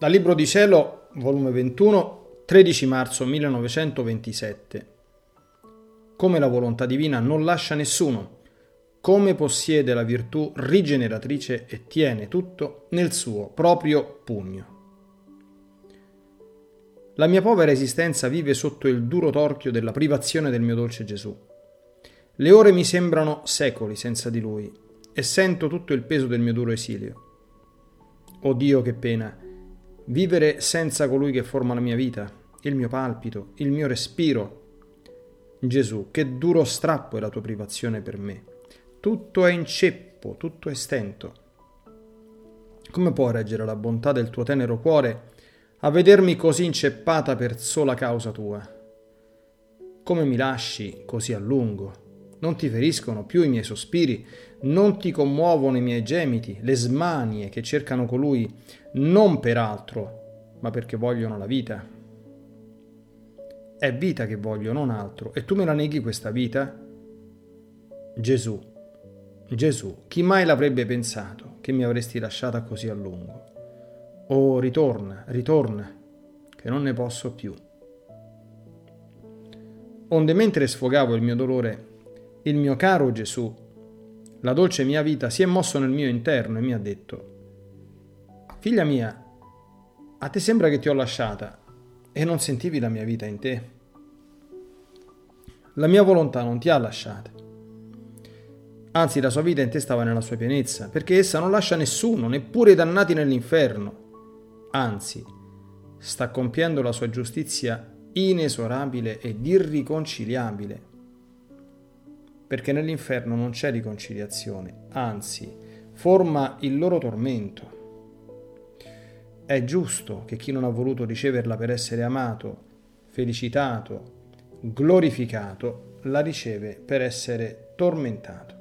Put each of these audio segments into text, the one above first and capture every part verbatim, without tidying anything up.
Dal Libro di Cielo, volume ventuno, tredici marzo millenovecentoventisette. Come la volontà divina non lascia nessuno, come possiede la virtù rigeneratrice e tiene tutto nel suo proprio pugno. La mia povera esistenza vive sotto il duro torchio della privazione del mio dolce Gesù. Le ore mi sembrano secoli senza di Lui e sento tutto il peso del mio duro esilio. Oh Dio, che pena! Vivere senza colui che forma la mia vita, il mio palpito, il mio respiro. Gesù, che duro strappo è la tua privazione per me. Tutto è in ceppo, tutto è stento. Come può reggere la bontà del tuo tenero cuore a vedermi così inceppata per sola causa tua? Come mi lasci così a lungo? Non ti feriscono più i miei sospiri, non ti commuovono i miei gemiti, le smanie che cercano colui non per altro, ma perché vogliono la vita. È vita che voglio, non altro, e tu me la neghi questa vita? Gesù, Gesù, chi mai l'avrebbe pensato che mi avresti lasciata così a lungo? Oh, ritorna, ritorna, che non ne posso più. Onde mentre sfogavo il mio dolore, il mio caro Gesù, la dolce mia vita, si è mosso nel mio interno e mi ha detto: figlia mia, a te sembra che ti ho lasciata e non sentivi la mia vita in te? La mia volontà non ti ha lasciata. Anzi, la sua vita in te stava nella sua pienezza, perché essa non lascia nessuno, neppure i dannati nell'inferno. Anzi, sta compiendo la sua giustizia inesorabile ed irriconciliabile, perché nell'inferno non c'è riconciliazione, anzi, forma il loro tormento. È giusto che chi non ha voluto riceverla per essere amato, felicitato, glorificato, la riceve per essere tormentato.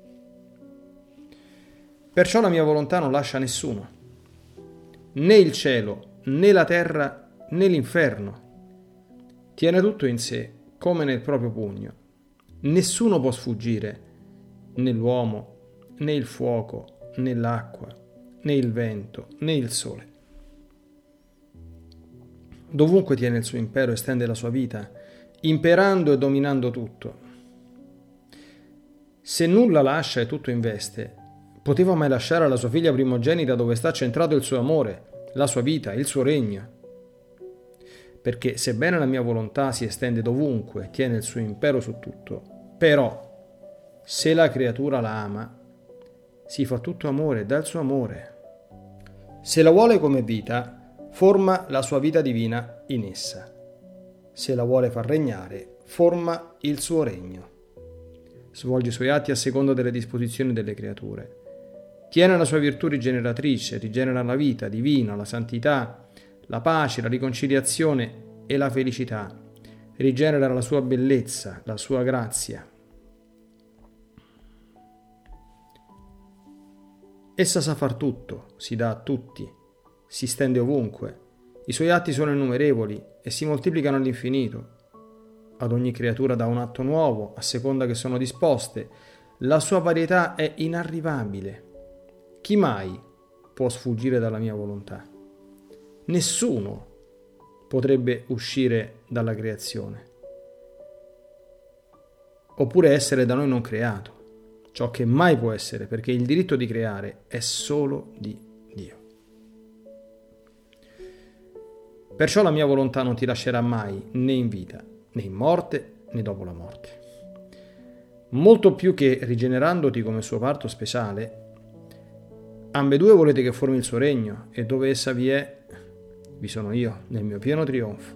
Perciò la mia volontà non lascia nessuno, né il cielo, né la terra, né l'inferno. Tiene tutto in sé, come nel proprio pugno. Nessuno può sfuggire, né l'uomo, né il fuoco, né l'acqua, né il vento, né il sole. Dovunque tiene il suo impero e stende la sua vita, imperando e dominando tutto. Se nulla lascia e tutto investe, poteva mai lasciare alla sua figlia primogenita dove sta centrato il suo amore, la sua vita, il suo regno? Perché sebbene la mia volontà si estende dovunque, tiene il suo impero su tutto, però se la creatura la ama, si fa tutto amore, dà il suo amore. Se la vuole come vita, forma la sua vita divina in essa. Se la vuole far regnare, forma il suo regno. Svolge i suoi atti a seconda delle disposizioni delle creature. Tiene la sua virtù rigeneratrice, rigenera la vita divina, la santità, la pace, la riconciliazione e la felicità. Rigenera la sua bellezza, la sua grazia. Essa sa far tutto, si dà a tutti, si stende ovunque. I suoi atti sono innumerevoli e si moltiplicano all'infinito. Ad ogni creatura dà un atto nuovo, a seconda che sono disposte. La sua varietà è inarrivabile. Chi mai può sfuggire dalla mia volontà? Nessuno potrebbe uscire dalla creazione, oppure essere da noi non creato, ciò che mai può essere, perché il diritto di creare è solo di Dio. Perciò la mia volontà non ti lascerà mai, né in vita, né in morte, né dopo la morte. Molto più che rigenerandoti come suo parto speciale, ambedue volete che formi il suo regno, e dove essa vi è, vi sono io, nel mio pieno trionfo.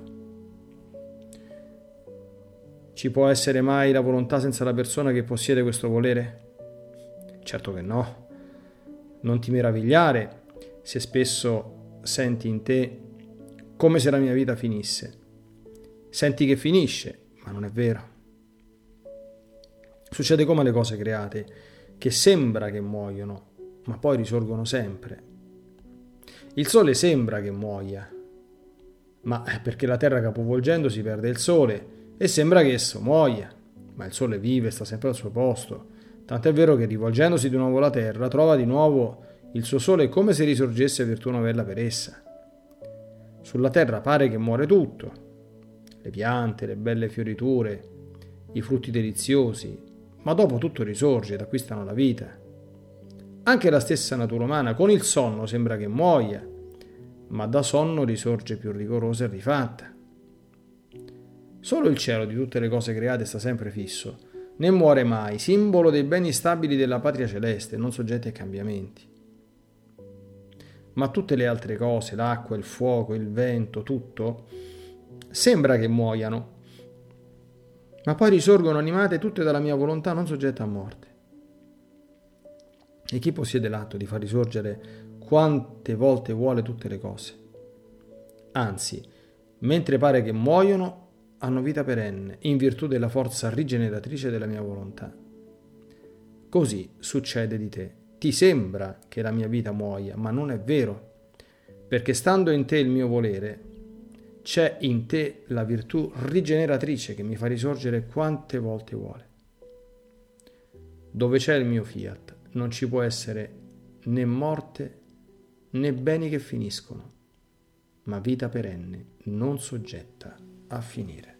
Ci può essere mai la volontà senza la persona che possiede questo volere? Certo che no. Non ti meravigliare se spesso senti in te come se la mia vita finisse. Senti che finisce, ma non è vero. Succede come le cose create, che sembra che muoiono, ma poi risorgono sempre. Il sole sembra che muoia, ma è perché la terra capovolgendo si perde il sole e sembra che esso muoia, ma il sole vive, sta sempre al suo posto. Tant'è vero che rivolgendosi di nuovo la terra trova di nuovo il suo sole come se risorgesse virtù novella per essa. Sulla terra pare che muore tutto, le piante, le belle fioriture, i frutti deliziosi, ma dopo tutto risorge ed acquistano la vita. Anche la stessa natura umana con il sonno sembra che muoia, ma da sonno risorge più rigorosa e rifatta. Solo il cielo di tutte le cose create sta sempre fisso, né muore mai, simbolo dei beni stabili della patria celeste, non soggetti ai cambiamenti. Ma tutte le altre cose, l'acqua, il fuoco, il vento, tutto, sembra che muoiano, ma poi risorgono animate tutte dalla mia volontà, non soggette a morte. E chi possiede l'atto di far risorgere quante volte vuole tutte le cose? Anzi, mentre pare che muoiono, hanno vita perenne, in virtù della forza rigeneratrice della mia volontà. Così succede di te. Ti sembra che la mia vita muoia, ma non è vero, perché stando in te il mio volere, c'è in te la virtù rigeneratrice che mi fa risorgere quante volte vuole. Dove c'è il mio fiat, non ci può essere né morte né beni che finiscono, ma vita perenne, non soggetta a finire.